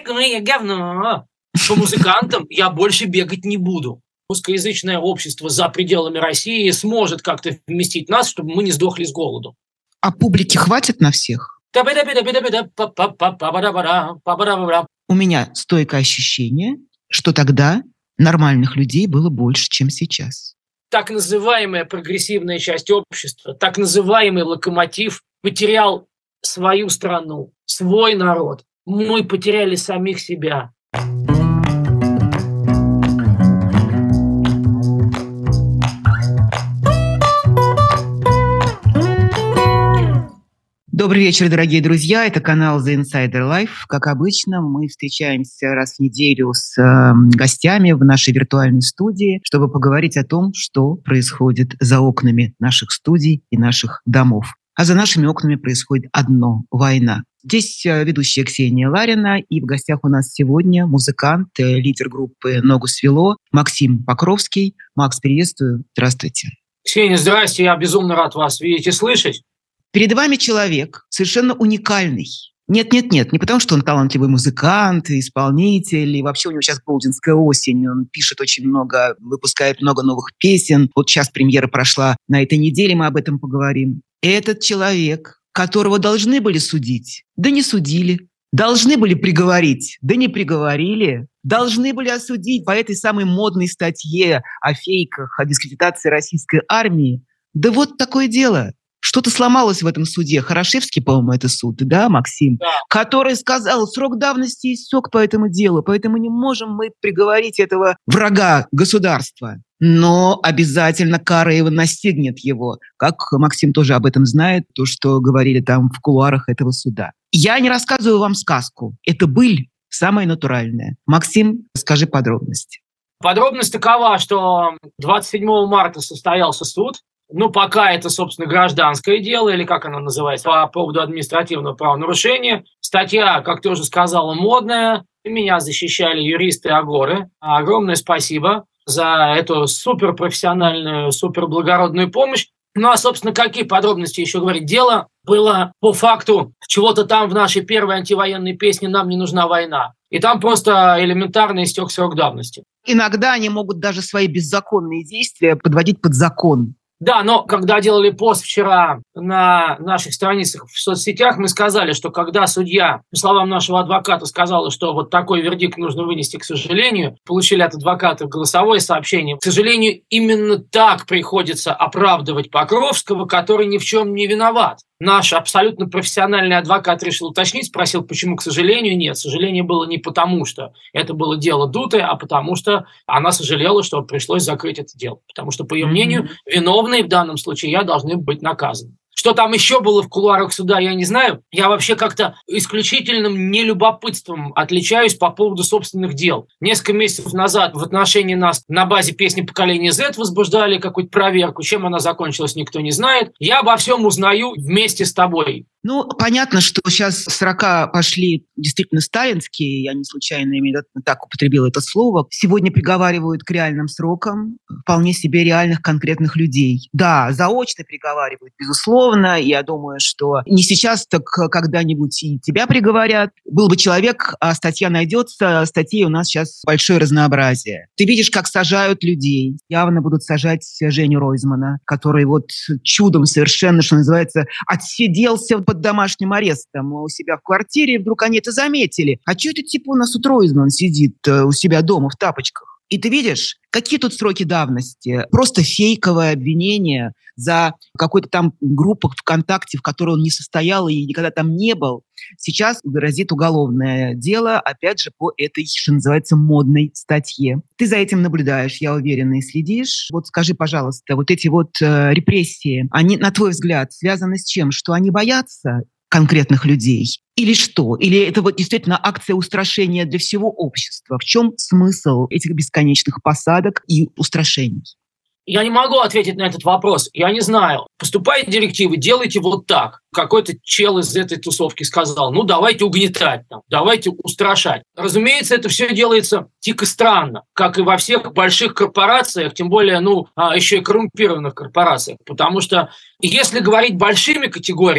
какое говно. По музыкантам я больше бегать не буду. Русскоязычное общество за пределами России сможет как-то вместить нас, чтобы мы не сдохли с голоду. А публики хватит на всех? У меня стойкое ощущение, что тогда нормальных людей было больше, чем сейчас. Так называемая прогрессивная часть общества, так называемый локомотив потерял свою страну, свой народ. Мы потеряли самих себя. Добрый вечер, дорогие друзья. Это канал The Insider Life. Как обычно, мы встречаемся раз в неделю с гостями в нашей виртуальной студии, чтобы поговорить о том, что происходит за окнами наших студий и наших домов. А за нашими окнами происходит одно – война. Здесь ведущая Ксения Ларина, и в гостях у нас сегодня музыкант, лидер группы «Ногу свело» Максим Покровский. Макс, приветствую. Здравствуйте. Ксения, здрасте. Я безумно рад вас видеть и слышать. Перед вами человек совершенно уникальный. Нет, не потому, что он талантливый музыкант, исполнитель, и вообще у него сейчас голдинская осень, он пишет очень много, выпускает много новых песен. Вот сейчас премьера прошла, на этой неделе мы об этом поговорим. Этот человек, которого должны были судить, да не судили. Должны были приговорить, да не приговорили. Должны были осудить по этой самой модной статье о фейках, о дискредитации российской армии. Да вот такое дело. Что-то сломалось в этом суде. Хорошевский, по-моему, это суд, да, Максим? Да. Который сказал, срок давности истек по этому делу, поэтому не можем мы приговорить этого врага государства. Но обязательно кара его настигнет его. Как Максим тоже об этом знает, то, что говорили там в кулуарах этого суда. Я не рассказываю вам сказку. Это быль самая натуральная. Максим, скажи подробности. Подробность такова, что 27 марта состоялся суд. Пока это, собственно, гражданское дело, или как оно называется, по поводу административного правонарушения. Статья, как ты уже сказала, модная. Меня защищали юристы Агоры. Огромное спасибо за эту суперпрофессиональную, суперблагородную помощь. Собственно, какие подробности еще говорить? Дело было по факту чего-то там в нашей первой антивоенной песне «Нам не нужна война». И там просто элементарно истек срок давности. Иногда они могут даже свои беззаконные действия подводить под закон. Да, но когда делали пост вчера на наших страницах в соцсетях, мы сказали, что когда судья, по словам нашего адвоката, сказала, что вот такой вердикт нужно вынести, к сожалению, получили от адвоката голосовое сообщение. К сожалению, именно так приходится оправдывать Покровского, который ни в чем не виноват. Наш абсолютно профессиональный адвокат решил уточнить, спросил, почему, к сожалению, нет. Сожаление было не потому, что это было дело дутое, а потому что она сожалела, что пришлось закрыть это дело. Потому что, по ее мнению, виновные в данном случае должны быть наказаны. Что там еще было в кулуарах суда, я не знаю. Я вообще как-то исключительным нелюбопытством отличаюсь по поводу собственных дел. Несколько месяцев назад в отношении нас на базе песни «Поколение Z» возбуждали какую-то проверку. Чем она закончилась, никто не знает. Я обо всем узнаю вместе с тобой. Понятно, что сейчас срока пошли действительно сталинские, я не случайно именно так употребила это слово. Сегодня приговаривают к реальным срокам вполне себе реальных конкретных людей. Да, заочно приговаривают, безусловно. Я думаю, что не сейчас, так когда-нибудь и тебя приговорят. Был бы человек, а статья найдется. Статей у нас сейчас большое разнообразие. Ты видишь, как сажают людей. Явно будут сажать Женю Ройзмана, который вот чудом совершенно, что называется, отсиделся под домашним арестом у себя в квартире, и вдруг они это заметили. А что это типа у нас тут Ройзман сидит у себя дома в тапочках? И ты видишь, какие тут сроки давности? Просто фейковое обвинение за какой-то там группу ВКонтакте, в которой он не состоял и никогда там не был. Сейчас грозит уголовное дело, опять же, по этой, что называется, модной статье. Ты за этим наблюдаешь, я уверена, и следишь. Вот скажи, пожалуйста, вот эти вот репрессии, они, на твой взгляд, связаны с чем? Что они боятся конкретных людей? Или что? Или это вот действительно акция устрашения для всего общества? В чем смысл этих бесконечных посадок и устрашений? Я не могу ответить на этот вопрос. Я не знаю. Поступают директивы, делайте вот так. Какой-то чел из этой тусовки сказал, давайте угнетать, давайте устрашать. Разумеется, это все делается дико странно, как и во всех больших корпорациях, тем более, еще и коррумпированных корпорациях. Потому что если говорить большими категориями,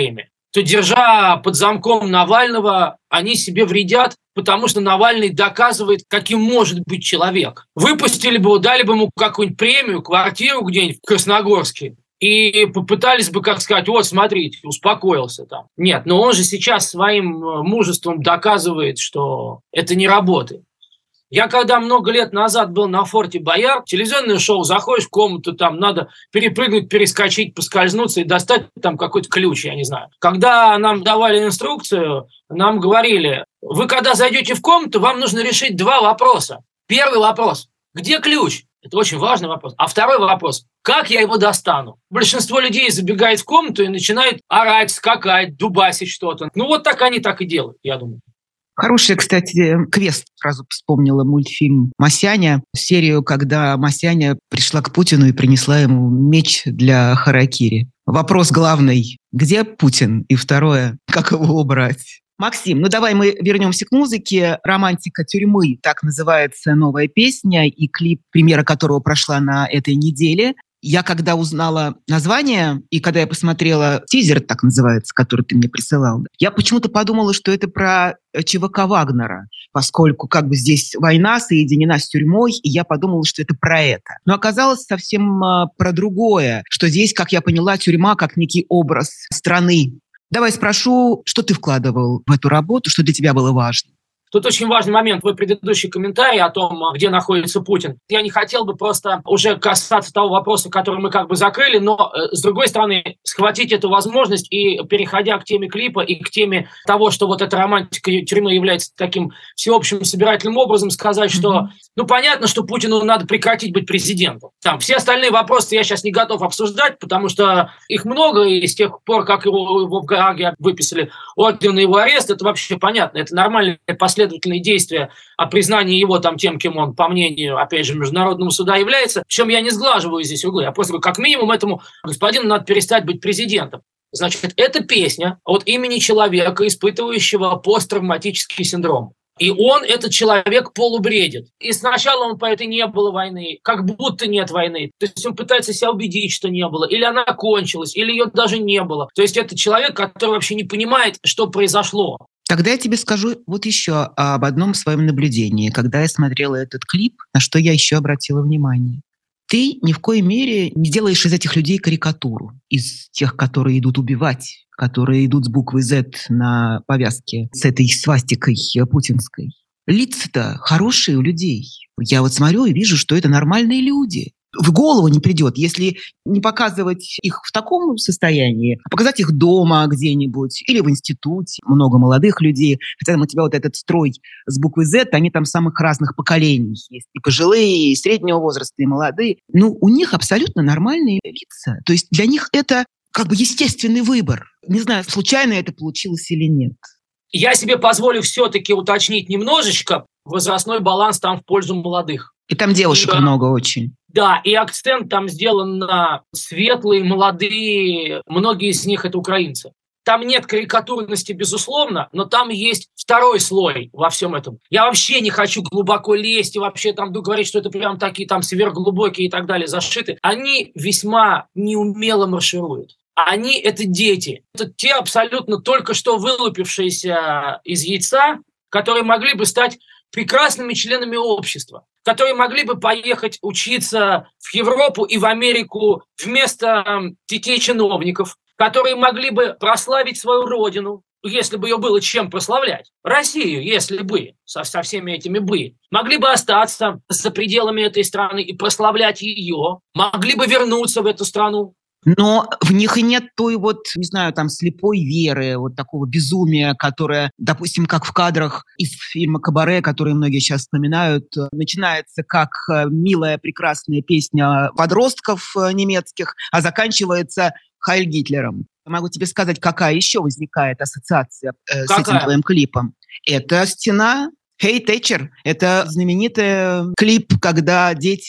то, держа под замком Навального, они себе вредят, потому что Навальный доказывает, каким может быть человек. Выпустили бы его, дали бы ему какую-нибудь премию, квартиру где-нибудь в Красногорске, и попытались бы, как сказать, вот, смотрите, успокоился там. Нет, но он же сейчас своим мужеством доказывает, что это не работает. Я когда много лет назад был на Форте Боярд, телевизионное шоу, заходишь в комнату, там надо перепрыгнуть, перескочить, поскользнуться и достать там какой-то ключ, я не знаю. Когда нам давали инструкцию, нам говорили, вы когда зайдете в комнату, вам нужно решить 2 вопроса. Первый вопрос, где ключ? Это очень важный вопрос. А второй вопрос, как я его достану? Большинство людей забегает в комнату и начинает орать, скакать, дубасить что-то. Ну вот так они так и делают, я думаю. Хороший, кстати, квест. Сразу вспомнила мультфильм «Масяня», серию, когда Масяня пришла к Путину и принесла ему меч для харакири. Вопрос главный – где Путин? И второе – как его убрать? Максим, ну давай мы вернемся к музыке. «Романтика тюрьмы» – так называется новая песня, и клип, премьера которого прошла на этой неделе. Я когда узнала название, и когда я посмотрела тизер, так называется, который ты мне присылал, я почему-то подумала, что это про ЧВК Вагнера, поскольку как бы здесь война соединена с тюрьмой, и я подумала, что это про это. Но оказалось совсем про другое, что здесь, как я поняла, тюрьма как некий образ страны. Давай спрошу, что ты вкладывал в эту работу, что для тебя было важно? Тут очень важный момент, твой предыдущий комментарий о том, где находится Путин. Я не хотел бы просто уже касаться того вопроса, который мы как бы закрыли, но, с другой стороны, схватить эту возможность и, переходя к теме клипа и к теме того, что вот эта романтика тюрьмы является таким всеобщим собирательным образом, сказать, что, ну, понятно, что Путину надо прекратить быть президентом. Там все остальные вопросы я сейчас не готов обсуждать, потому что их много, и с тех пор, как его в Гааге выписали ордер на его арест, это вообще понятно, это нормальное последовательные действия о признании его там тем, кем он, по мнению, опять же, Международного суда является. Причем я не сглаживаю здесь углы. Я просто говорю, как минимум этому господину надо перестать быть президентом. Значит, это песня от имени человека, испытывающего посттравматический синдром. И он, этот человек, полубредит. И сначала он поет, и не было войны, как будто нет войны. То есть он пытается себя убедить, что не было. Или она кончилась, или ее даже не было. То есть это человек, который вообще не понимает, что произошло. Тогда я тебе скажу вот еще об одном своем наблюдении. Когда я смотрела этот клип, на что я еще обратила внимание. Ты ни в коей мере не делаешь из этих людей карикатуру, из тех, которые идут убивать, которые идут с буквой Z на повязке с этой свастикой путинской. Лица-то хорошие у людей. Я вот смотрю и вижу, что это нормальные люди. В голову не придет, если не показывать их в таком состоянии, а показать их дома где-нибудь или в институте. Много молодых людей. Хотя у тебя вот этот строй с буквой Z, они там самых разных поколений есть. И пожилые, и среднего возраста, и молодые. Ну, у них абсолютно нормальные лица. То есть для них это как бы естественный выбор. Не знаю, случайно это получилось или нет. Я себе позволю все-таки уточнить немножечко. Возрастной баланс там в пользу молодых. И там девушек много очень. Да, и акцент там сделан на светлые, молодые, многие из них это украинцы. Там нет карикатурности, безусловно, но там есть второй слой во всем этом. Я вообще не хочу глубоко лезть и вообще там говорить, что это прям такие там сверхглубокие и так далее зашиты. Они весьма неумело маршируют. Они – это дети. Это те абсолютно только что вылупившиеся из яйца, которые могли бы стать прекрасными членами общества, которые могли бы поехать учиться в Европу и в Америку вместо детей чиновников, которые могли бы прославить свою родину, если бы ее было чем прославлять. Россию, если бы, со всеми этими бы. Могли бы остаться за пределами этой страны и прославлять ее. Могли бы вернуться в эту страну. Но в них и нет той вот, не знаю, там, слепой веры, вот такого безумия, которое, допустим, как в кадрах из фильма «Кабаре», который многие сейчас вспоминают, начинается как милая, прекрасная песня подростков немецких, а заканчивается «Хайль Гитлером». Могу тебе сказать, какая еще возникает ассоциация с этим твоим клипом. Это «Стена». «Хей, Тэтчер» — это знаменитый клип, когда дети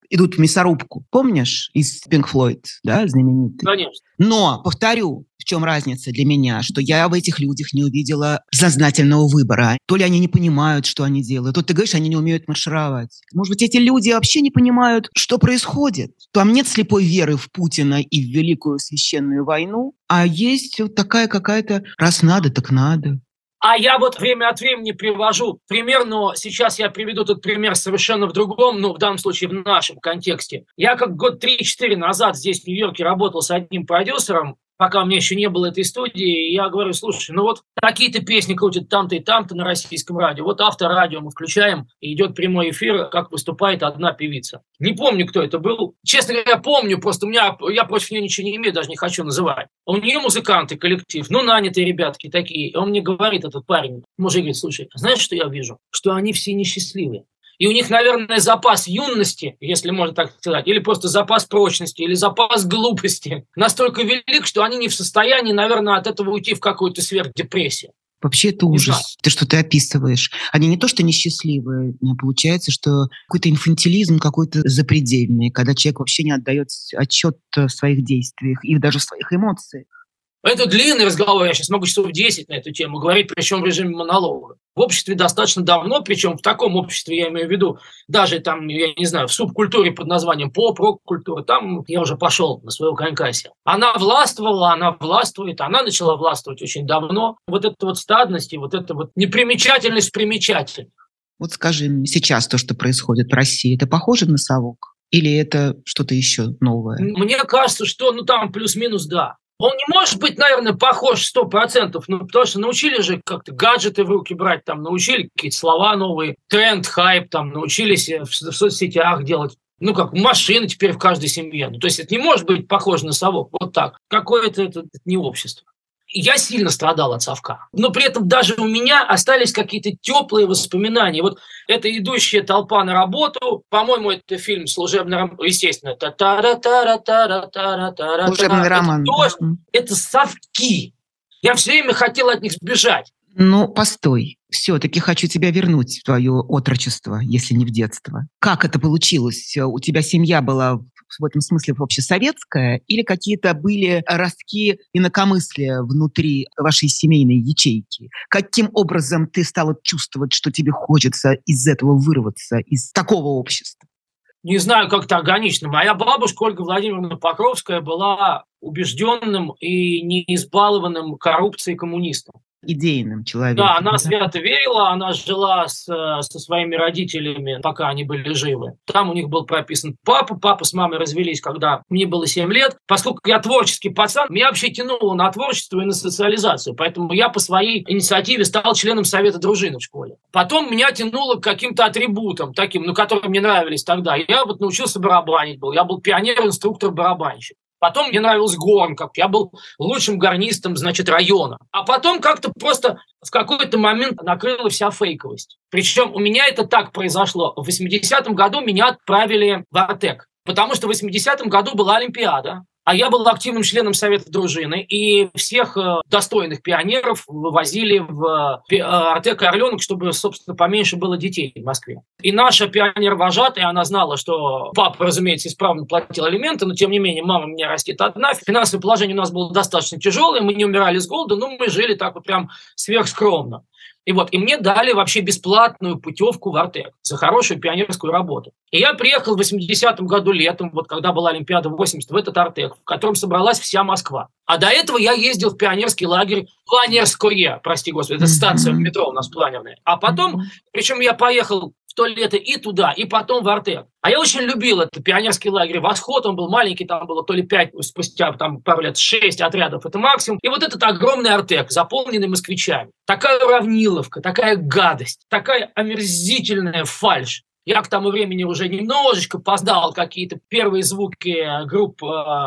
идут в мясорубку. Помнишь? Из Pink Floyd, да, знаменитый? Конечно. Но, повторю, в чем разница для меня, что я в этих людях не увидела сознательного выбора. То ли они не понимают, что они делают, то ты говоришь, они не умеют маршировать. Может быть, эти люди вообще не понимают, что происходит. Там нет слепой веры в Путина и в Великую Священную войну, а есть вот такая какая-то «раз надо, так надо». А я вот время от времени привожу пример, но сейчас я приведу этот пример совершенно в другом, в данном случае в нашем контексте. Я как год 3-4 назад здесь, в Нью-Йорке, работал с одним продюсером, пока у меня еще не было этой студии, и я говорю, слушай, вот такие-то песни крутят там-то и там-то на российском радио. Вот Авторадио мы включаем, и идет прямой эфир, как выступает одна певица. Не помню, кто это был. Честно говоря, помню, просто я против нее ничего не имею, даже не хочу называть. У нее музыканты, коллектив, нанятые ребятки такие. И он мне говорит, этот парень, мужик говорит, слушай, знаешь, что я вижу? Что они все несчастливые. И у них, наверное, запас юности, если можно так сказать, или просто запас прочности, или запас глупости настолько велик, что они не в состоянии, наверное, от этого уйти в какую-то сверхдепрессию. Вообще это ужас, что ты описываешь. Они не то что несчастливые, но получается, что какой-то инфантилизм какой-то запредельный, когда человек вообще не отдает отчет в своих действиях и даже в своих эмоциях. Это длинный разговор, я сейчас могу часов 10 на эту тему говорить, причем в режиме монолога. В обществе достаточно давно, причем в таком обществе, я имею в виду, даже там, я не знаю, в субкультуре под названием поп, рок-культура, там я уже пошел на своего конька сел. Она властвовала, она властвует, она начала властвовать очень давно. Вот эта вот стадность и вот эта вот непримечательность примечательных. Вот скажи мне, сейчас то, что происходит в России, это похоже на совок? Или это что-то еще новое? Мне кажется, что там плюс-минус да. Он не может быть, наверное, похож 100%, потому что научили же как-то гаджеты в руки брать, там научили какие-то слова новые, тренд, хайп, там научились в соцсетях делать. Как машины теперь в каждой семье. То есть это не может быть похоже на совок. Вот так. Какое-то это не общество. Я сильно страдал от совка. Но при этом даже у меня остались какие-то теплые воспоминания. Вот эта идущая толпа на работу, по-моему, это фильм «Служебный роман», естественно. «Служебный роман». Это совки. Я все время хотел от них сбежать. Постой. Все-таки хочу тебя вернуть в твое отрочество, если не в детство. Как это получилось? У тебя семья была в этом смысле вообще советская, или какие-то были ростки инакомыслия внутри вашей семейной ячейки? Каким образом ты стала чувствовать, что тебе хочется из этого вырваться, из такого общества? Не знаю, как это органично. Моя бабушка Ольга Владимировна Покровская была убежденным и неизбалованным коррупцией коммунистом. Идейным человеком. Да, она свято верила, она жила со своими родителями, пока они были живы. Там у них был прописан папа с мамой развелись, когда мне было 7 лет. Поскольку я творческий пацан, меня вообще тянуло на творчество и на социализацию, поэтому я по своей инициативе стал членом совета дружины в школе. Потом меня тянуло к каким-то атрибутам, таким, которые мне нравились тогда. Я научился барабанить я был пионер-инструктор-барабанщик. Потом мне нравилась гонка, я был лучшим гарнистом, района. А потом как-то просто в какой-то момент накрыла вся фейковость. Причем у меня это так произошло. В 80-м году меня отправили в Артек, потому что в 80-м году была Олимпиада, а я был активным членом совета дружины, и всех достойных пионеров вывозили в Артек и Орленок, чтобы, собственно, поменьше было детей в Москве. И наша пионер-вожатая, она знала, что папа, разумеется, исправно платил алименты, но, тем не менее, мама меня растит одна. Финансовое положение у нас было достаточно тяжелое, мы не умирали с голоду, но мы жили так вот прям сверхскромно. И мне дали вообще бесплатную путевку в Артек за хорошую пионерскую работу. И я приехал в 80-м году летом, когда была Олимпиада в 80-м, в этот Артек, в котором собралась вся Москва. А до этого я ездил в пионерский лагерь Планерское, прости господи, это станция в метро у нас планерная. А потом, причем я поехал в то лето и туда, и потом в Артек. А я очень любил этот пионерский лагерь. Восход, он был маленький, там было то ли 5, спустя пару лет 6 отрядов, это максимум. И вот этот огромный Артек, заполненный москвичами. Такая уравниловка, такая гадость, такая омерзительная фальшь. Я к тому времени уже немножечко познал какие-то первые звуки групп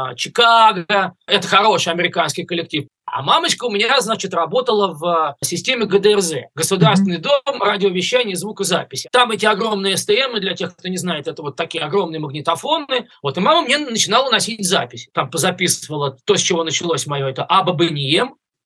Чикаго. Это хороший американский коллектив. А мамочка у меня, работала в системе ГДРЗ. Государственный дом, радиовещание и звукозаписи. Там эти огромные СТМы, для тех, кто не знает, это вот такие огромные магнитофоны. И мама мне начинала носить записи. Там позаписывала то, с чего началось мое, это «Аба Бением».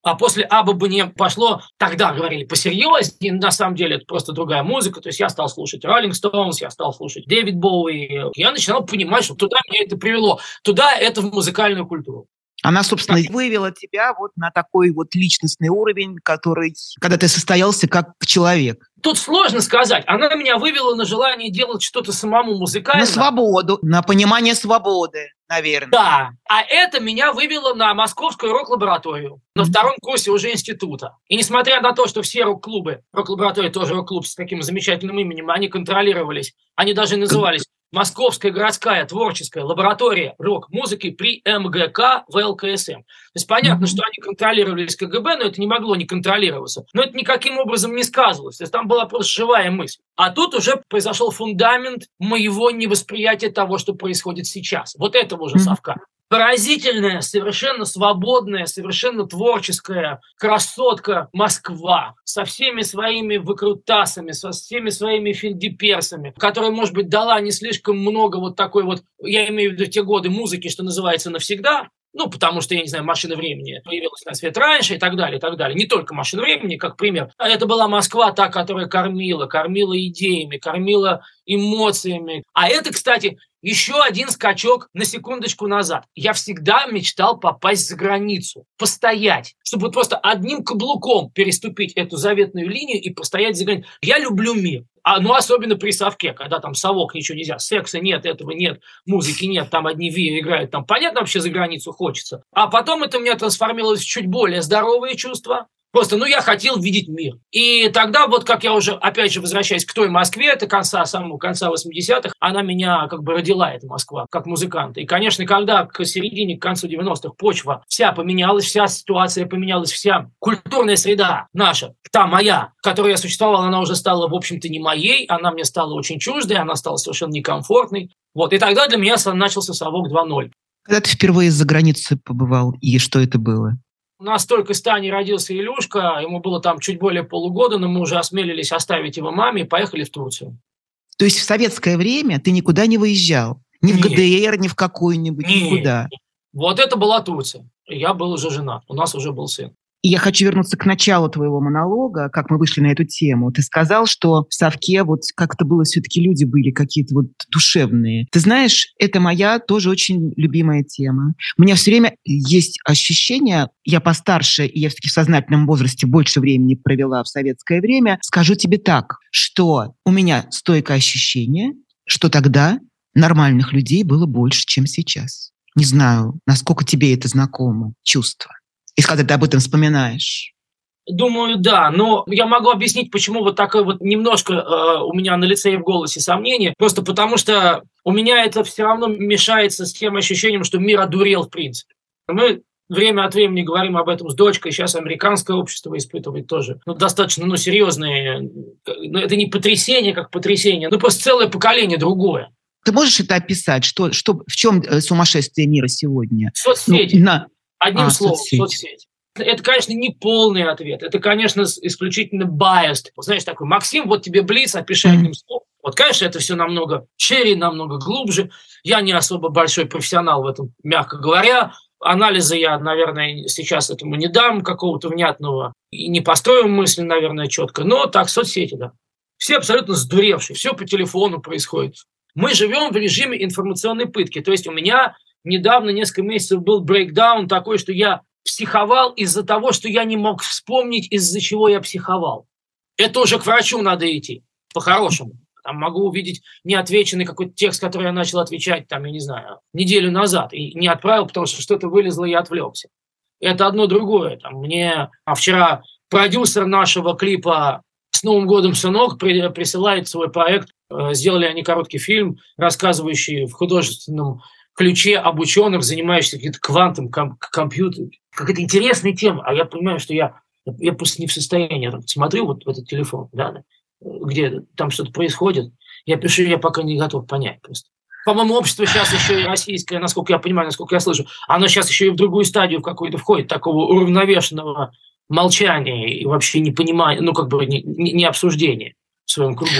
А после «Абба-Бане» пошло, тогда говорили посерьезнее, на самом деле это просто другая музыка, то есть я стал слушать Rolling Stones, я стал слушать Дэвид Боуи, я начинал понимать, что туда меня это привело, туда это в музыкальную культуру. Она, собственно, вывела тебя вот на такой вот личностный уровень, который, когда ты состоялся как человек. Тут сложно сказать. Она меня вывела на желание делать что-то самому музыкально. На свободу, на понимание свободы, наверное. Да. А это меня вывело на Московскую рок-лабораторию на втором курсе уже института. И несмотря на то, что все рок-клубы, рок-лаборатория тоже рок-клуб с таким замечательным именем, они контролировались, они даже назывались Московская городская творческая лаборатория рок-музыки при МГК ВЛКСМ. То есть понятно, что они контролировались КГБ, но это не могло не контролироваться. Но это никаким образом не сказывалось. То есть там была просто живая мысль. А тут уже произошел фундамент моего невосприятия того, что происходит сейчас. Вот этого уже совка. Поразительная, совершенно свободная, совершенно творческая красотка Москва со всеми своими выкрутасами, со всеми своими финдиперсами, которая, может быть, дала не слишком много вот такой вот, я имею в виду те годы музыки, что называется, навсегда, ну, потому что, я не знаю, «Машина времени» появилась на свет раньше и так далее, и так далее. Не только «Машина времени», как пример. А это была Москва, та, которая кормила идеями, кормила эмоциями. А это, кстати, еще один скачок на секундочку назад. Я всегда мечтал попасть за границу, постоять, чтобы вот просто одним каблуком переступить эту заветную линию и постоять за границей. Я люблю мир. Ну, особенно при совке, когда там совок, ничего нельзя, секса нет, этого нет, музыки нет, там одни виа играют, там понятно, вообще за границу хочется. А потом это у меня трансформировалось в чуть более здоровые чувства. Просто, я хотел видеть мир. И тогда, вот как я уже, опять же, возвращаясь к той Москве, это самого конца 80-х, она меня как бы родила, эта Москва, как музыканта. И, конечно, когда к середине, к концу 90-х почва вся поменялась, вся ситуация поменялась, вся культурная среда наша, та моя, в которой я существовал, она уже стала, в общем-то, не моей, она мне стала очень чуждой, она стала совершенно некомфортной. Вот, и тогда для меня начался совок 2.0. Когда ты впервые за границей побывал, и что это было? У нас только с Таней родился Илюшка, ему было там чуть более полугода, но мы уже осмелились оставить его маме и поехали в Турцию. То есть в советское время ты никуда не выезжал? Ни в ГДР, ни в какую-нибудь, никуда? Вот это была Турция. Я был уже женат, у нас уже был сын. И я хочу вернуться к началу твоего монолога, как мы вышли на эту тему. Ты сказал, что в совке вот как-то было все-таки люди были какие-то вот душевные. Ты знаешь, это моя тоже очень любимая тема. У меня все время есть ощущение, я постарше, и я все-таки в сознательном возрасте больше времени провела в советское время. Скажу тебе так, что у меня стойкое ощущение, что тогда нормальных людей было больше, чем сейчас. Не знаю, насколько тебе это знакомо, чувство. И когда ты об этом вспоминаешь? Думаю, да. Но я могу объяснить, почему вот такое вот немножко у меня на лице и в голосе сомнение. Просто потому что у меня это все равно мешается с тем ощущением, что мир одурел в принципе. Мы время от времени говорим об этом с дочкой. Сейчас американское общество испытывает тоже достаточно серьезные. Это не потрясение как потрясение, просто целое поколение другое. Ты можешь это описать? В чем сумасшествие мира сегодня? Соцсети. Одним словом, соцсети. Это, конечно, не полный ответ. Это, конечно, исключительно biased. Знаешь, такой, Максим, вот тебе блиц, опиши одним словом. Вот, конечно, это все намного шире, намного глубже. Я не особо большой профессионал в этом, мягко говоря. Анализа я, наверное, сейчас этому не дам какого-то внятного. И не построю мысль, наверное, четко. Но так, соцсети, да. Все абсолютно сдуревшие. Все по телефону происходит. Мы живем в режиме информационной пытки. То есть у меня недавно, несколько месяцев, был брейкдаун такой, что я психовал из-за того, что я не мог вспомнить, из-за чего я психовал. Это уже к врачу надо идти, по-хорошему. Там могу увидеть неотвеченный какой-то текст, который я начал отвечать, там, я не знаю, неделю назад, и не отправил, потому что что-то вылезло, и я отвлекся. Это одно другое. Там, мне вчера продюсер нашего клипа «С Новым годом, сынок» присылает свой проект. Сделали они короткий фильм, рассказывающий в художественном ключе об ученых, занимающихся каким-то квантом, компьютером. Какая-то интересная тема, а я понимаю, что я просто не в состоянии. Я смотрю вот в этот телефон, да, где там что-то происходит, я пишу, я пока не готов понять просто. По-моему, общество сейчас еще и российское, насколько я понимаю, насколько я слышу, оно сейчас еще и в другую стадию в какую-то входит, такого уравновешенного молчания и вообще непонимания, не обсуждения в своем кругу того.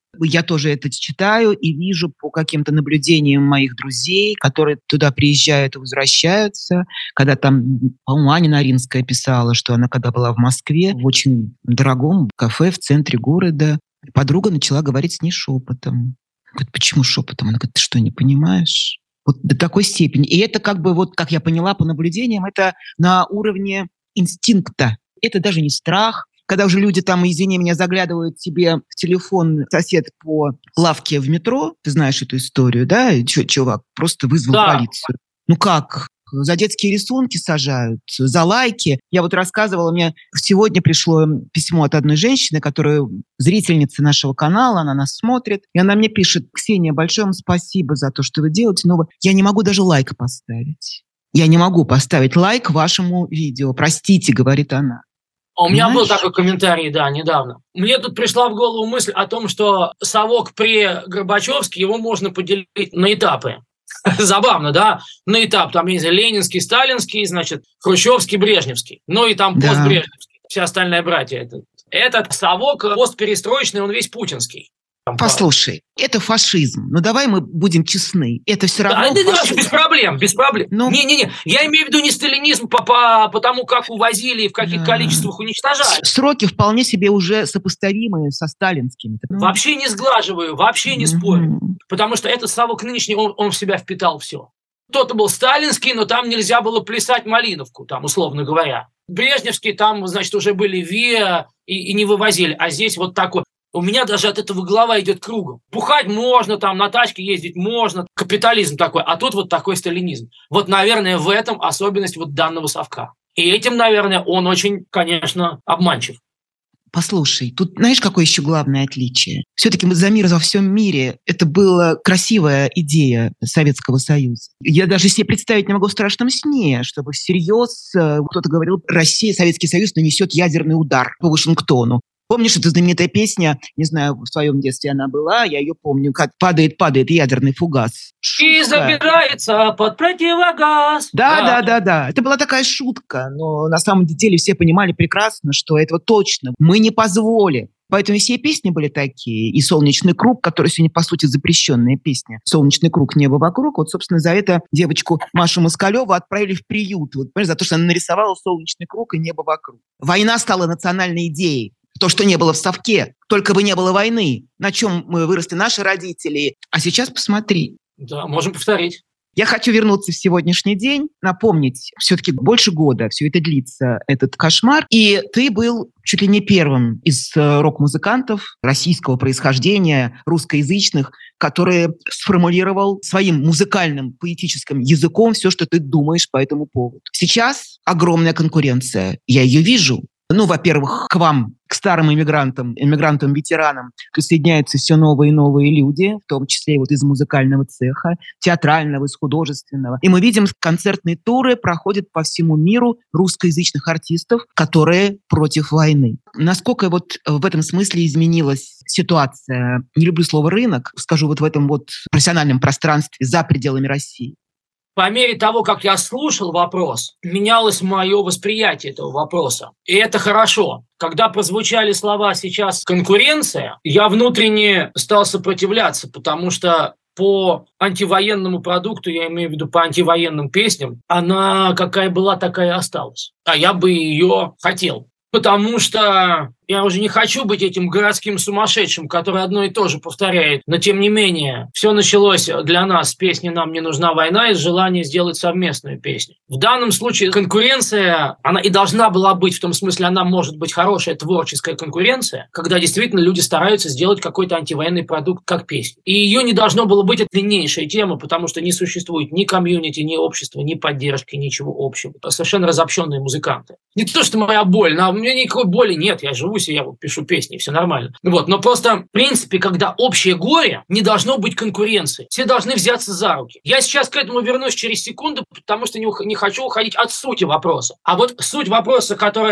Я тоже это читаю и вижу по каким-то наблюдениям моих друзей, которые туда приезжают и возвращаются. Когда там, по-моему, Аня Наринская писала, что она когда была в Москве, в очень дорогом кафе в центре города, подруга начала говорить с ней шепотом. Говорит, почему шепотом? Она говорит, ты что, не понимаешь? Вот до такой степени. И это как бы, вот как я поняла по наблюдениям, это на уровне инстинкта. Это даже не страх. Когда уже люди там, извини меня, заглядывают тебе в телефон сосед по лавке в метро, ты знаешь эту историю, да? И чувак просто вызвал полицию. Ну как? За детские рисунки сажают, за лайки. Я вот рассказывала, мне сегодня пришло письмо от одной женщины, которая зрительница нашего канала, она нас смотрит, и она мне пишет: Ксения, большое вам спасибо за то, что вы делаете, но я не могу даже лайк поставить. Я не могу поставить лайк вашему видео. Простите, говорит она. У меня был такой комментарий, да, недавно. Мне тут пришла в голову мысль о том, что совок при Горбачевске, его можно поделить на этапы. Забавно, да? На этап там есть ленинский, сталинский, значит, хрущевский, брежневский. Ну и там постбрежневский. Вся остальная братья. Этот совок постперестроечный, он весь путинский. Послушай, это фашизм. Ну давай мы будем честны. Это все равно фашизм. Без проблем, без проблем. Не-не-не, я имею в виду не сталинизм по тому, как увозили и в каких количествах уничтожали. Сроки вполне себе уже сопоставимые со сталинскими. Вообще не сглаживаю, вообще не спорю. Потому что этот совок нынешний, он в себя впитал все. Кто-то был сталинский, но там нельзя было плясать малиновку, там, условно говоря. Брежневский, там, значит, уже были ВИА и не вывозили. А здесь вот такой. У меня даже от этого голова идет кругом. Бухать можно, там на тачке ездить можно. Капитализм такой. А тут вот такой сталинизм. Вот, наверное, в этом особенность вот данного совка. И этим, наверное, он очень, конечно, обманчив. Послушай, тут знаешь, какое еще главное отличие? Все-таки за мир во всем мире это была красивая идея Советского Союза. Я даже себе представить не могу в страшном сне, чтобы всерьез кто-то говорил, Россия, Советский Союз нанесет ядерный удар по Вашингтону. Помнишь, эта знаменитая песня, не знаю, в своем детстве она была, я ее помню, как «Падает ядерный фугас». Шутка. И забирается под противогаз. Да. Это была такая шутка, но на самом деле все понимали прекрасно, что этого точно мы не позволим. Поэтому все песни были такие. И «Солнечный круг», который сегодня, по сути, запрещенная песня. «Солнечный круг, небо вокруг». Вот, собственно, за это девочку Машу Москалеву отправили в приют. Вот, понимаешь, за то, что она нарисовала солнечный круг и небо вокруг. Война стала национальной идеей. То, что не было в совке. Только бы не было войны. На чем мы выросли наши родители. А сейчас посмотри. Да, можем повторить. Я хочу вернуться в сегодняшний день, напомнить, все-таки больше года все это длится, этот кошмар. И ты был чуть ли не первым из рок-музыкантов российского происхождения, русскоязычных, который сформулировал своим музыкальным, поэтическим языком все, что ты думаешь по этому поводу. Сейчас огромная конкуренция. Я ее вижу. Ну, во-первых, к вам, к старым иммигрантам-ветеранам присоединяются все новые и новые люди, в том числе вот из музыкального цеха, театрального, из художественного. И мы видим, концертные туры проходят по всему миру русскоязычных артистов, которые против войны. Насколько вот в этом смысле изменилась ситуация, не люблю слово «рынок», скажу вот в этом вот профессиональном пространстве за пределами России? По мере того, как я слушал вопрос, менялось мое восприятие этого вопроса. И это хорошо. Когда прозвучали слова сейчас «конкуренция», я внутренне стал сопротивляться, потому что по антивоенному продукту, я имею в виду по антивоенным песням, она какая была, такая и осталась. А я бы ее хотел. Потому что я уже не хочу быть этим городским сумасшедшим, который одно и то же повторяет. Но тем не менее, все началось для нас с песни «Нам не нужна война» из желания сделать совместную песню. В данном случае конкуренция, она и должна была быть, в том смысле, она может быть хорошая творческая конкуренция, когда действительно люди стараются сделать какой-то антивоенный продукт как песню. И ее не должно было быть длиннейшая тема, потому что не существует ни комьюнити, ни общества, ни поддержки, ничего общего. Совершенно разобщенные музыканты. Не то, что моя боль, но у меня никакой боли нет, я живу себе, я вот пишу песни, все нормально. Вот. Но просто, в принципе, когда общее горе, не должно быть конкуренции. Все должны взяться за руки. Я сейчас к этому вернусь через секунду, потому что не хочу уходить от сути вопроса. А вот суть вопроса, которая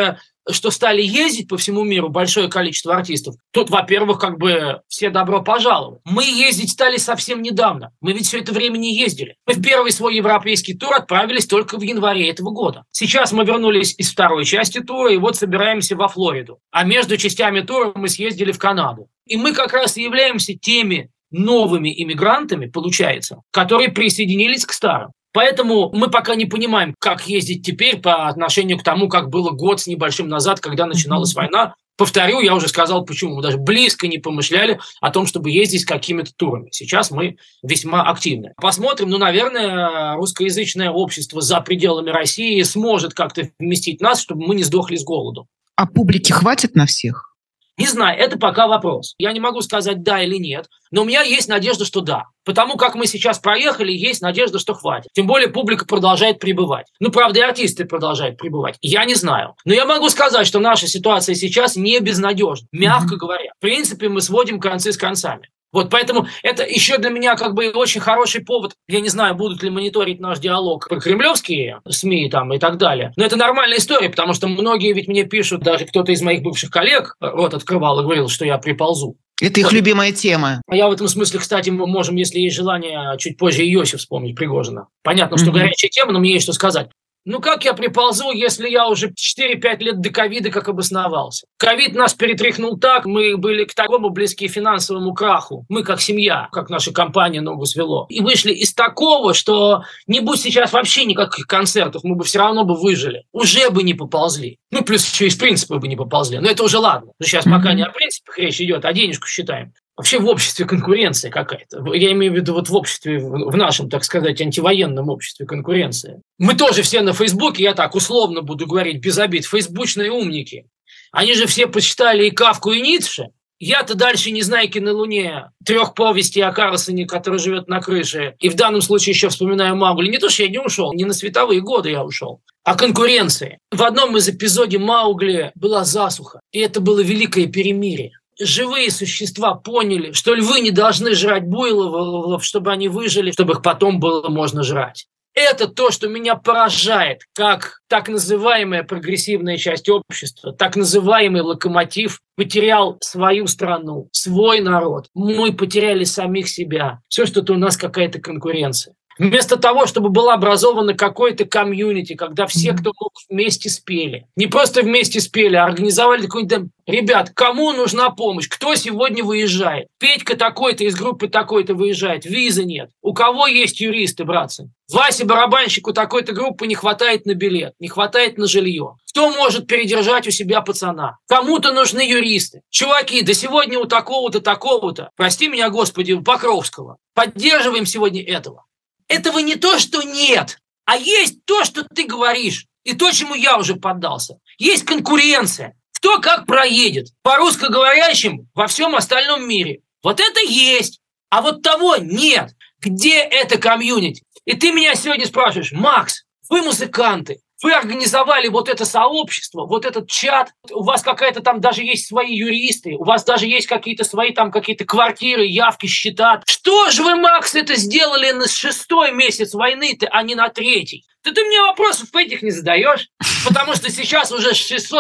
что стали ездить по всему миру большое количество артистов, тут, во-первых, все добро пожаловать. Мы ездить стали совсем недавно. Мы ведь все это время не ездили. Мы в первый свой европейский тур отправились только в январе этого года. Сейчас мы вернулись из второй части тура и вот собираемся во Флориду. А между частями тура мы съездили в Канаду. И мы как раз и являемся теми новыми иммигрантами, получается, которые присоединились к старым. Поэтому мы пока не понимаем, как ездить теперь по отношению к тому, как было год с небольшим назад, когда начиналась война. Повторю, я уже сказал, почему. Мы даже близко не помышляли о том, чтобы ездить с какими-то турами. Сейчас мы весьма активны. Посмотрим, наверное, русскоязычное общество за пределами России сможет как-то вместить нас, чтобы мы не сдохли с голоду. А публики хватит на всех? Не знаю, это пока вопрос. Я не могу сказать да или нет, но у меня есть надежда, что да. Потому как мы сейчас проехали, есть надежда, что хватит. Тем более публика продолжает прибывать. Правда, и артисты продолжают прибывать. Я не знаю. Но я могу сказать, что наша ситуация сейчас не безнадежна, мягко говоря. В принципе, мы сводим концы с концами. Поэтому это еще для меня очень хороший повод. Я не знаю, будут ли мониторить наш диалог про кремлевские СМИ и так далее. Но это нормальная история, потому что многие ведь мне пишут, даже кто-то из моих бывших коллег рот открывал и говорил, что я приползу. Это их любимая тема. Я в этом смысле, кстати, мы можем, если есть желание, чуть позже и Йоси вспомнить Пригожина. Понятно, что горячая тема, но мне есть что сказать. Как я приползу, если я уже 4-5 лет до ковида как обосновался? Ковид нас перетряхнул так, мы были к такому близки финансовому краху. Мы как семья, как наша компания ногу свело. И вышли из такого, что не будь сейчас вообще никаких концертов, мы бы все равно выжили. Уже бы не поползли. Плюс еще из принципа бы не поползли. Но это уже ладно. Сейчас пока не о принципах речь идет, а денежку считаем. Вообще в обществе конкуренция какая-то. Я имею в виду в обществе, в нашем, так сказать, антивоенном обществе конкуренция. Мы тоже все на Фейсбуке, я так условно буду говорить, без обид, фейсбучные умники. Они же все почитали и Кафку, и Ницше. Я-то дальше «Незнайки на Луне», 3 повестей о Карлсоне, который живет на крыше, и в данном случае еще вспоминаю Маугли. Не то, что я не ушел, не на световые годы я ушел, а конкуренции. В одном из эпизодов Маугли была засуха, и это было великое перемирие. Живые существа поняли, что львы не должны жрать буйлов, чтобы они выжили, чтобы их потом было можно жрать. Это то, что меня поражает, как так называемая прогрессивная часть общества, так называемый локомотив потерял свою страну, свой народ. Мы потеряли самих себя. Все, что-то у нас какая-то конкуренция. Вместо того, чтобы было образовано какое-то комьюнити, когда все, кто мог, вместе спели. Не просто вместе спели, а организовали какой-нибудь... Ребят, кому нужна помощь? Кто сегодня выезжает? Петька такой-то из группы такой-то выезжает. Визы нет. У кого есть юристы, братцы? Васе барабанщику такой-то группы не хватает на билет, не хватает на жилье. Кто может передержать у себя пацана? Кому-то нужны юристы. Чуваки, да сегодня у такого-то, такого-то, прости меня, Господи, у Покровского, поддерживаем сегодня этого. Этого не то, что нет, а есть то, что ты говоришь, и то, чему я уже поддался. Есть конкуренция. Кто как проедет. По русскоговорящим во всем остальном мире. Вот это есть, а вот того нет. Где это комьюнити? И ты меня сегодня спрашиваешь: Макс, вы музыканты, вы организовали вот это сообщество, вот этот чат, у вас какая-то там даже есть свои юристы, у вас даже есть какие-то свои там какие-то квартиры, явки, счета. Что же вы, Макс, это сделали на 6-й месяц войны-то, а не на 3-й? Да ты мне вопросов этих не задаешь, потому что сейчас уже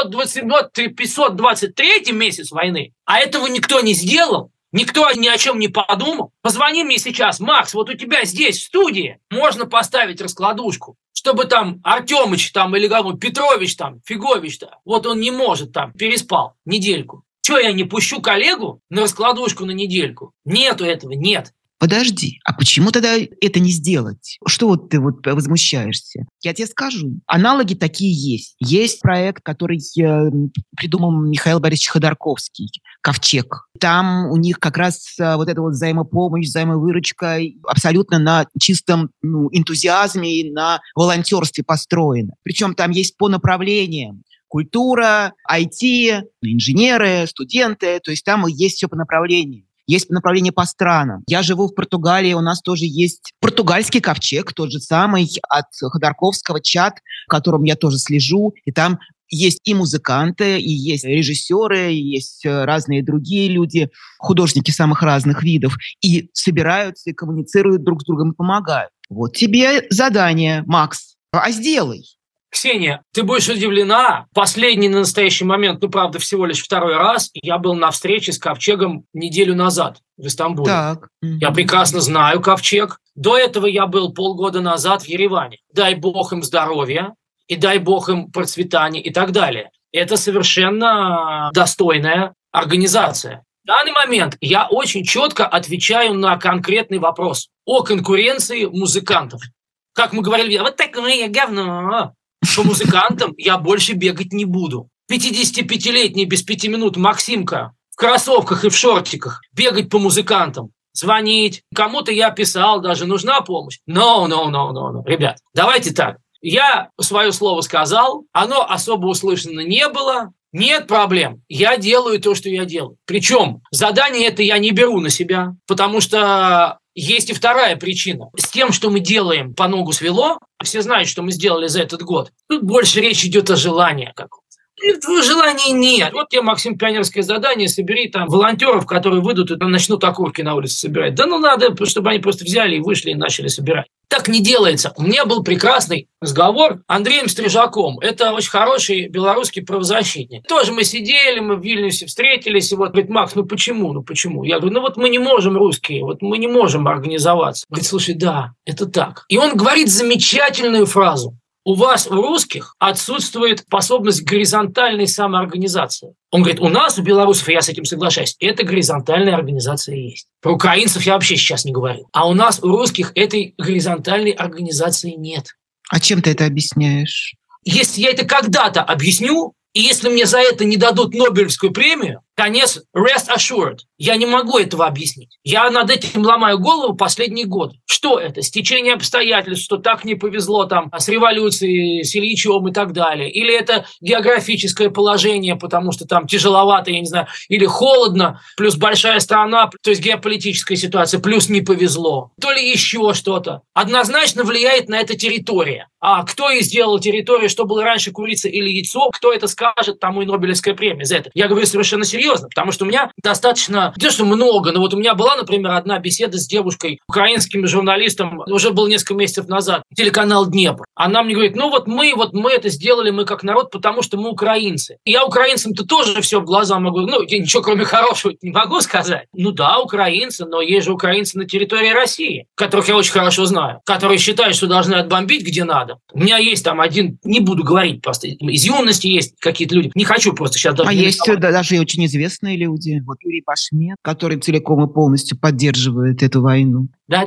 523-й месяц войны, а этого никто не сделал. Никто ни о чем не подумал. Позвони мне сейчас: Макс, вот у тебя здесь в студии можно поставить раскладушку, чтобы там Артемыч там или Петрович там, Фигович там, вот он не может там, переспал недельку. Че, я не пущу коллегу на раскладушку на недельку? Нету этого, нет. Подожди, а почему тогда это не сделать? Что вот ты возмущаешься? Я тебе скажу, аналоги такие есть. Есть проект, который придумал Михаил Борисович Ходорковский, «Ковчег». Там у них как раз вот эта вот взаимопомощь, взаимовыручка абсолютно на чистом энтузиазме и на волонтерстве построена. Причем там есть по направлениям. Культура, IT, инженеры, студенты. То есть там есть все по направлениям. Есть направление по странам. Я живу в Португалии, у нас тоже есть португальский ковчег, тот же самый от Ходорковского, чат, в котором я тоже слежу. И там есть и музыканты, и есть режиссеры, и есть разные другие люди, художники самых разных видов. И собираются, и коммуницируют друг с другом, и помогают. Вот тебе задание, Макс. А сделай. Ксения, ты будешь удивлена. Последний на настоящий момент, ну, правда, всего лишь второй раз, я был на встрече с Ковчегом неделю назад в Стамбуле. Так. Я прекрасно знаю Ковчег. До этого я был полгода назад в Ереване. Дай бог им здоровья, и дай бог им процветания и так далее. Это совершенно достойная организация. В данный момент я очень четко отвечаю на конкретный вопрос о конкуренции музыкантов. Как мы говорили, вот такое говно. По музыкантам я больше бегать не буду. 55-летний без 5 минут Максимка в кроссовках и в шортиках бегать по музыкантам, звонить. Кому-то я писал даже, нужна помощь. No. Ребят, давайте так. Я свое слово сказал, оно особо услышано не было. Нет проблем. Я делаю то, что я делаю. Причем задание это я не беру на себя, потому что есть и вторая причина. С тем, что мы делаем, по ногу свело. Все знают, что мы сделали за этот год. Тут больше речь идет о желании каком-то. Желаний нет. Вот тебе, Максим, пионерское задание, собери там волонтеров, которые выйдут и начнут окурки на улице собирать. Да ну надо, чтобы они просто взяли и вышли и начали собирать. Так не делается. У меня был прекрасный разговор с Андреем Стрижаком. Это очень хороший белорусский правозащитник. Тоже мы сидели, мы в Вильнюсе встретились, и вот говорит, Макс, ну почему? Я говорю, ну вот мы не можем, русские, вот мы не можем организоваться. Говорит, слушай, да, это так. И он говорит замечательную фразу. У вас, у русских, отсутствует способность к горизонтальной самоорганизации. Он говорит, у нас, у белорусов, и я с этим соглашаюсь, эта горизонтальная организация есть. Про украинцев я вообще сейчас не говорю. А у нас, у русских, этой горизонтальной организации нет. А чем ты это объясняешь? Если я это когда-то объясню, и если мне за это не дадут Нобелевскую премию, конец, rest assured. Я не могу этого объяснить. Я над этим ломаю голову последние годы. Что это? Стечение обстоятельств, что так не повезло там с революцией, с Ильичем и так далее. Или это географическое положение, потому что там тяжеловато, я не знаю, или холодно, плюс большая страна, то есть геополитическая ситуация, плюс не повезло. То ли еще что-то. Однозначно влияет на это территория. А кто и сделал территорию, что было раньше, курица или яйцо, кто это скажет, тому и Нобелевская премия за это. Я говорю совершенно серьезно, потому что у меня достаточно, не то что много, но вот у меня была, например, одна беседа с девушкой, украинским журналистом, уже было несколько месяцев назад, телеканал «Днепр». Она мне говорит, ну вот мы это сделали, мы как народ, потому что мы украинцы. И я украинцам-то тоже все в глаза могу, я ничего кроме хорошего не могу сказать. Ну да, украинцы, но есть же украинцы на территории России, которых я очень хорошо знаю, которые считают, что должны отбомбить где надо. У меня есть там один, не буду говорить просто, из юности есть какие-то люди, не хочу просто сейчас даже... А есть даже и очень известные люди, вот Юрий Башмет, который целиком и полностью поддерживает эту войну. Да,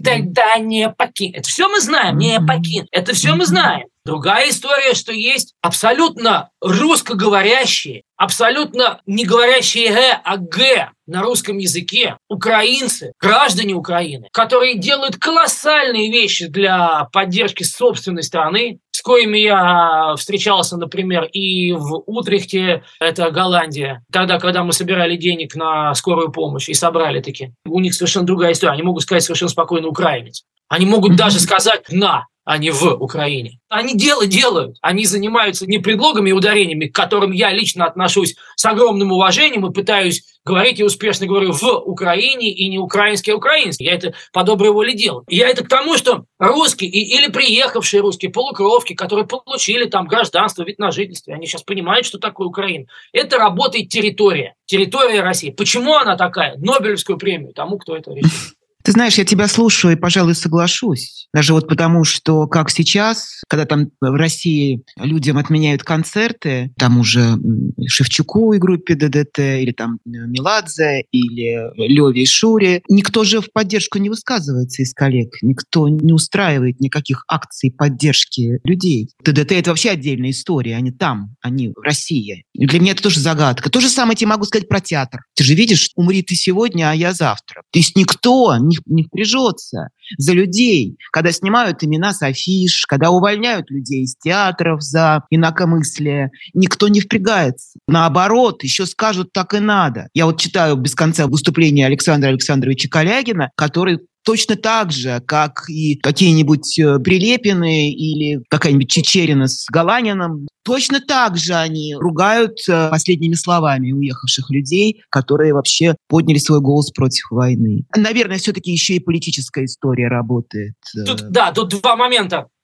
не покинь. Это все мы знаем, не покинь. Это все мы знаем. Другая история, что есть абсолютно русскоговорящие, абсолютно не говорящие «г», а «г» на русском языке украинцы, граждане Украины, которые делают колоссальные вещи для поддержки собственной страны, с коими я встречался, например, и в Утрехте, это Голландия, тогда, когда мы собирали денег на скорую помощь и собрали таки. У них совершенно другая история. Они могут сказать совершенно спокойно украинец. Они могут даже сказать «на», а не «в Украине». Они делают. Они занимаются не предлогами и ударениями, к которым я лично отношусь с огромным уважением и пытаюсь говорить и успешно говорю «в Украине» и не «украинский», а «украинский». Я это по доброй воле делаю. Я это к тому, что русские или приехавшие русские полукровки, которые получили там гражданство, вид на жительство, они сейчас понимают, что такое Украина. Это работает территория России. Почему она такая? Нобелевскую премию тому, кто это решил. Ты знаешь, я тебя слушаю и, пожалуй, соглашусь. Даже вот потому, что как сейчас, когда там в России людям отменяют концерты, там уже Шевчуку и группе ДДТ, или там Меладзе, или Леве и Шуре, никто же в поддержку не высказывается из коллег, никто не устраивает никаких акций поддержки людей. ДДТ — это вообще отдельная история, они там, они в России. И для меня это тоже загадка. То же самое тебе могу сказать про театр. Ты же видишь, умри ты сегодня, а я завтра. То есть никто не впряжется за людей, когда снимают имена с афиш, когда увольняют людей из театров за инакомыслие. Никто не впрягается. Наоборот, еще скажут, так и надо. Я вот читаю без конца выступление Александра Александровича Калягина, который точно так же, как и какие-нибудь Прилепины или какая-нибудь Чечерина с Галаниным, точно так же они ругают последними словами уехавших людей, которые вообще подняли свой голос против войны. Наверное, все-таки еще и политическая история работает. Тут два момента.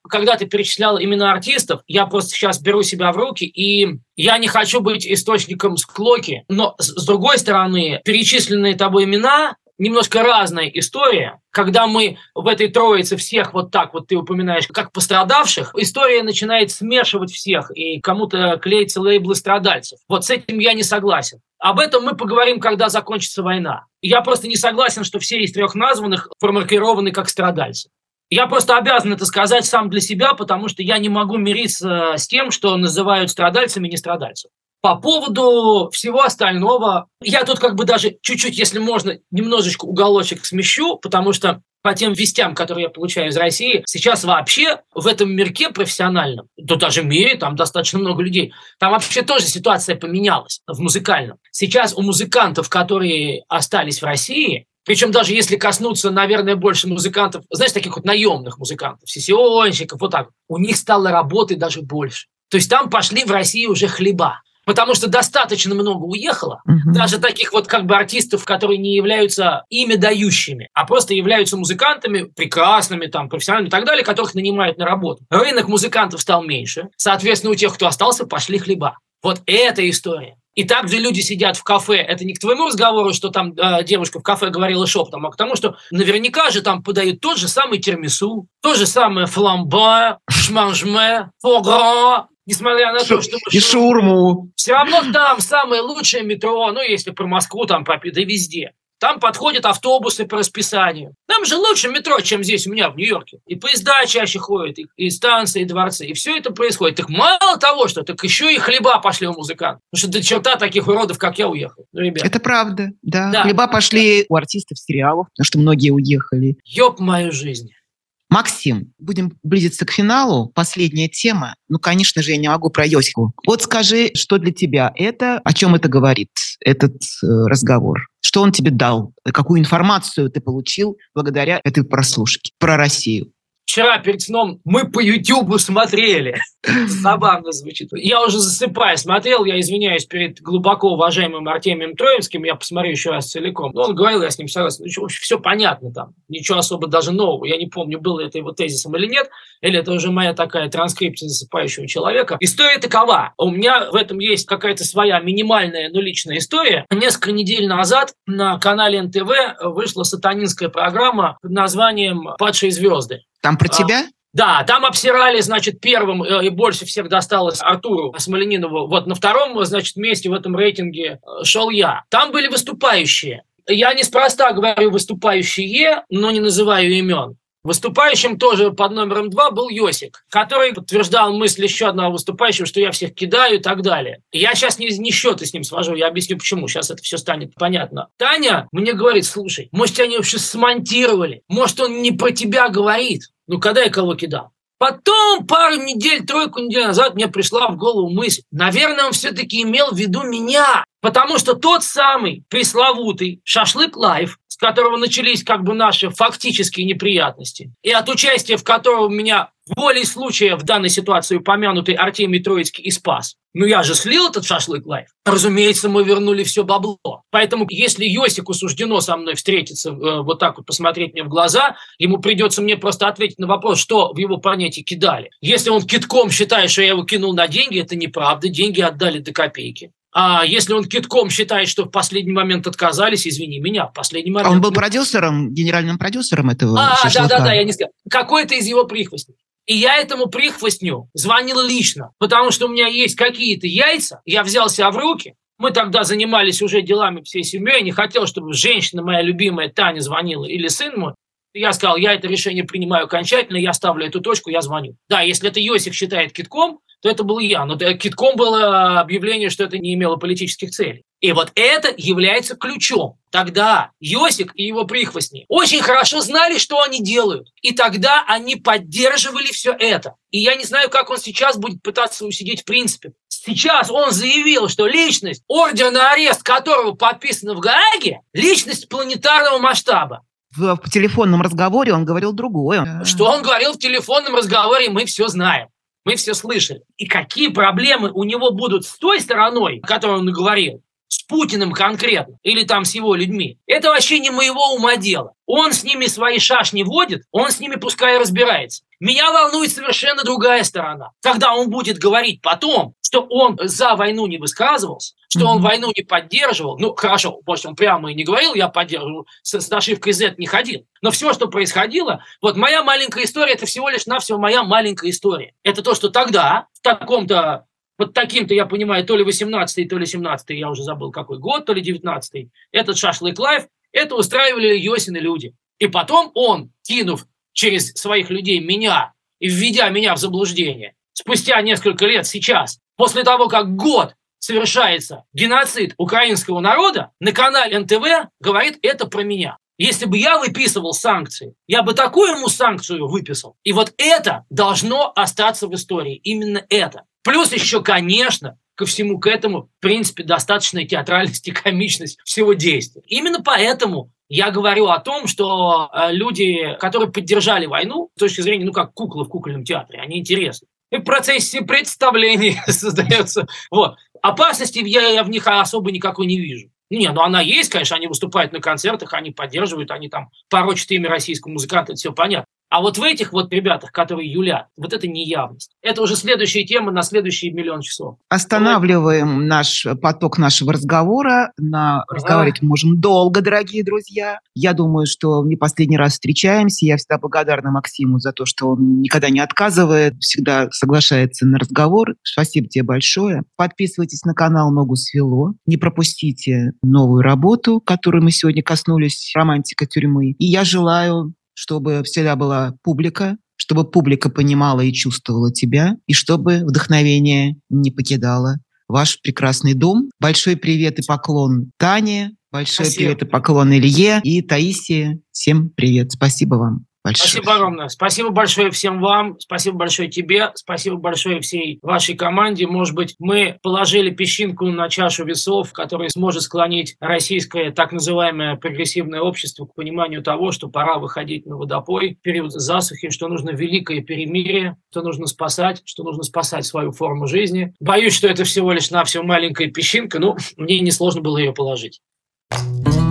когда ты перечислял имена артистов, я просто сейчас беру себя в руки, и я не хочу быть источником склоки, но, с другой стороны, перечисленные тобой имена немножко разная история. Когда мы в этой троице всех вот так вот ты упоминаешь, как пострадавших, история начинает смешивать всех, и кому-то клеятся лейблы страдальцев. Вот с этим я не согласен. Об этом мы поговорим, когда закончится война. Я просто не согласен, что все из трех названных промаркированы как страдальцы. Я просто обязан это сказать сам для себя, потому что я не могу мириться с тем, что называют страдальцами не страдальцев. По поводу всего остального, я тут как бы даже чуть-чуть, если можно, немножечко уголочек смещу, потому что по тем вестям, которые я получаю из России, сейчас вообще в этом мирке профессиональном, да даже в мире, там достаточно много людей, там вообще тоже ситуация поменялась в музыкальном. Сейчас у музыкантов, которые остались в России, причем даже если коснуться, наверное, больше музыкантов, знаешь, таких вот наемных музыкантов, сессионщиков, вот так, у них стало работы даже больше. То есть там пошли в России уже хлеба. Потому что достаточно много уехало, даже таких вот как бы артистов, которые не являются имя дающими, а просто являются музыкантами прекрасными, там, профессиональными и так далее, которых нанимают на работу. Рынок музыкантов стал меньше, соответственно, у тех, кто остался, пошли хлеба. Вот эта история. И также люди сидят в кафе. Это не к твоему разговору, что там девушка в кафе говорила шепотом, а к тому, что наверняка же там подают тот же самый тирамису, то же самое фламбе, шманжме, фогра. Несмотря на то, что... И шаурму. Все равно там самое лучшее метро, ну, если про Москву, там, да везде. Там подходят автобусы по расписанию. Там же лучше метро, чем здесь у меня в Нью-Йорке. И поезда чаще ходят, и станции, и дворцы. И все это происходит. Так мало того, что, так еще и хлеба пошли у музыкантов. Потому что до черта таких уродов, как я, уехал. Ну, ребят. Это правда, да. Хлеба пошли у артистов сериалов, потому что многие уехали. Ёб мою жизнь. Максим, будем близиться к финалу. Последняя тема. Ну, конечно же, я не могу про Йосику. Вот скажи, что для тебя это, о чем это говорит, этот разговор? Что он тебе дал? Какую информацию ты получил благодаря этой прослушке про Россию? Вчера перед сном мы по Ютубу смотрели. Забавно звучит. Я уже засыпая смотрел, я извиняюсь перед глубоко уважаемым Артемием Троицким, я посмотрю еще раз целиком. Но он говорил, я с ним согласен. В общем, все понятно там. Ничего особо даже нового. Я не помню, было это его тезисом или нет, или это уже моя такая транскрипция засыпающего человека. История такова. У меня в этом есть какая-то своя минимальная, но личная история. Несколько недель назад на канале НТВ вышла сатанинская программа под названием «Падшие звезды». Там про тебя? Да, там обсирали, значит, первым, и больше всех досталось Артуру Смоленинову. Вот на втором, значит, месте в этом рейтинге шел я. Там были выступающие. Я неспроста говорю «выступающие», но не называю имен. Выступающим тоже под номером 2 был Йосик, который подтверждал мысль еще одного выступающего, что я всех кидаю и так далее. Я сейчас не счеты с ним свожу, я объясню почему, сейчас это все станет понятно. Таня мне говорит: слушай, может, они вообще смонтировали, может, он не про тебя говорит. Ну, когда я кого кидал? Потом пару недель, тройку недель назад мне пришла в голову мысль, наверное, он все-таки имел в виду меня, потому что тот самый пресловутый «Шашлык Лайв», с которого начались как бы наши фактические неприятности, и от участия в котором меня волей случая в данной ситуации упомянутый Артемий Троицкий и спас. Ну я же слил этот «Шашлык Лайв». Разумеется, мы вернули все бабло. Поэтому если Йосику суждено со мной встретиться, вот так вот посмотреть мне в глаза, ему придется мне просто ответить на вопрос, что в его планете кидали. Если он кидком считает, что я его кинул на деньги, это неправда, деньги отдали до копейки. А если он кидком считает, что в последний момент отказались, извини меня, в последний момент... А он был продюсером, генеральным продюсером этого шашлыка? Да, я не сказал. Какой-то из его прихвостней. И я этому прихвостню звонил лично, потому что у меня есть какие-то яйца, я взял себя в руки. Мы тогда занимались уже делами всей семьей, не хотел, чтобы женщина моя любимая Таня звонила или сын мой. Я сказал, я это решение принимаю окончательно, я ставлю эту точку, я звоню. Да, если это Йосик считает кидком, то это был я. Но кидком было объявление, что это не имело политических целей. И вот это является ключом. Тогда Йосик и его прихвостни очень хорошо знали, что они делают. И тогда они поддерживали все это. И я не знаю, как он сейчас будет пытаться усидеть в принципе. Сейчас он заявил, что личность, ордер на арест которого подписано в Гааге, личность планетарного масштаба. В телефонном разговоре он говорил другое. Что он говорил в телефонном разговоре, мы все знаем. Мы все слышали. И какие проблемы у него будут с той стороной, о которой он говорил, с Путиным конкретно, или там с его людьми, это вообще не моего ума дело. Он с ними свои шашни водит, он с ними пускай разбирается. Меня волнует совершенно другая сторона. Когда он будет говорить потом, что он за войну не высказывался, что он войну не поддерживал, ну, хорошо, может, он прямо и не говорил, я поддерживаю, с нашивкой Z не ходил. Но все, что происходило, вот моя маленькая история, это всего лишь навсего моя маленькая история. Это то, что тогда, в таком-то, вот таким-то, я понимаю, то ли 18-й, то ли 17-й, я уже забыл какой год, то ли 19-й, этот шашлык лайф, это устраивали Йосины люди. И потом он, кинув через своих людей меня и введя меня в заблуждение, спустя несколько лет сейчас, после того, как год совершается геноцид украинского народа, на канале НТВ говорит это про меня. Если бы я выписывал санкции, я бы такую ему санкцию выписал. И вот это должно остаться в истории. Именно это. Плюс еще, конечно, ко всему к этому, в принципе, достаточная театральность и комичность всего действия. Именно поэтому я говорю о том, что люди, которые поддержали войну, с точки зрения, ну, как куклы в кукольном театре, они интересны. И в процессе представления создается... Вот. Опасности я в них особо никакой не вижу. Не, ну она есть, конечно, они выступают на концертах, они поддерживают, они там порочат имя российского музыканта, это все понятно. А вот в этих вот ребятах, которые юлят, вот это неявность. Это уже следующая тема на следующие миллион часов. Останавливаем наш поток нашего разговора. Разговаривать мы можем долго, дорогие друзья. Я думаю, что не последний раз встречаемся. Я всегда благодарна Максиму за то, что он никогда не отказывает, всегда соглашается на разговор. Спасибо тебе большое. Подписывайтесь на канал «Ногу свело». Не пропустите новую работу, которой мы сегодня коснулись, «Романтика тюрьмы». И я желаю, чтобы всегда была публика, чтобы публика понимала и чувствовала тебя, и чтобы вдохновение не покидало ваш прекрасный дом. Большой привет и поклон Тане, большой привет и поклон Илье и Таисии. Всем привет. Спасибо вам большое. Спасибо огромное. Спасибо большое всем вам, спасибо большое тебе, спасибо большое всей вашей команде. Может быть, мы положили песчинку на чашу весов, которая сможет склонить российское так называемое прогрессивное общество к пониманию того, что пора выходить на водопой в период засухи, что нужно великое перемирие, что нужно спасать свою форму жизни. Боюсь, что это всего лишь навсего маленькая песчинка, но мне несложно было ее положить.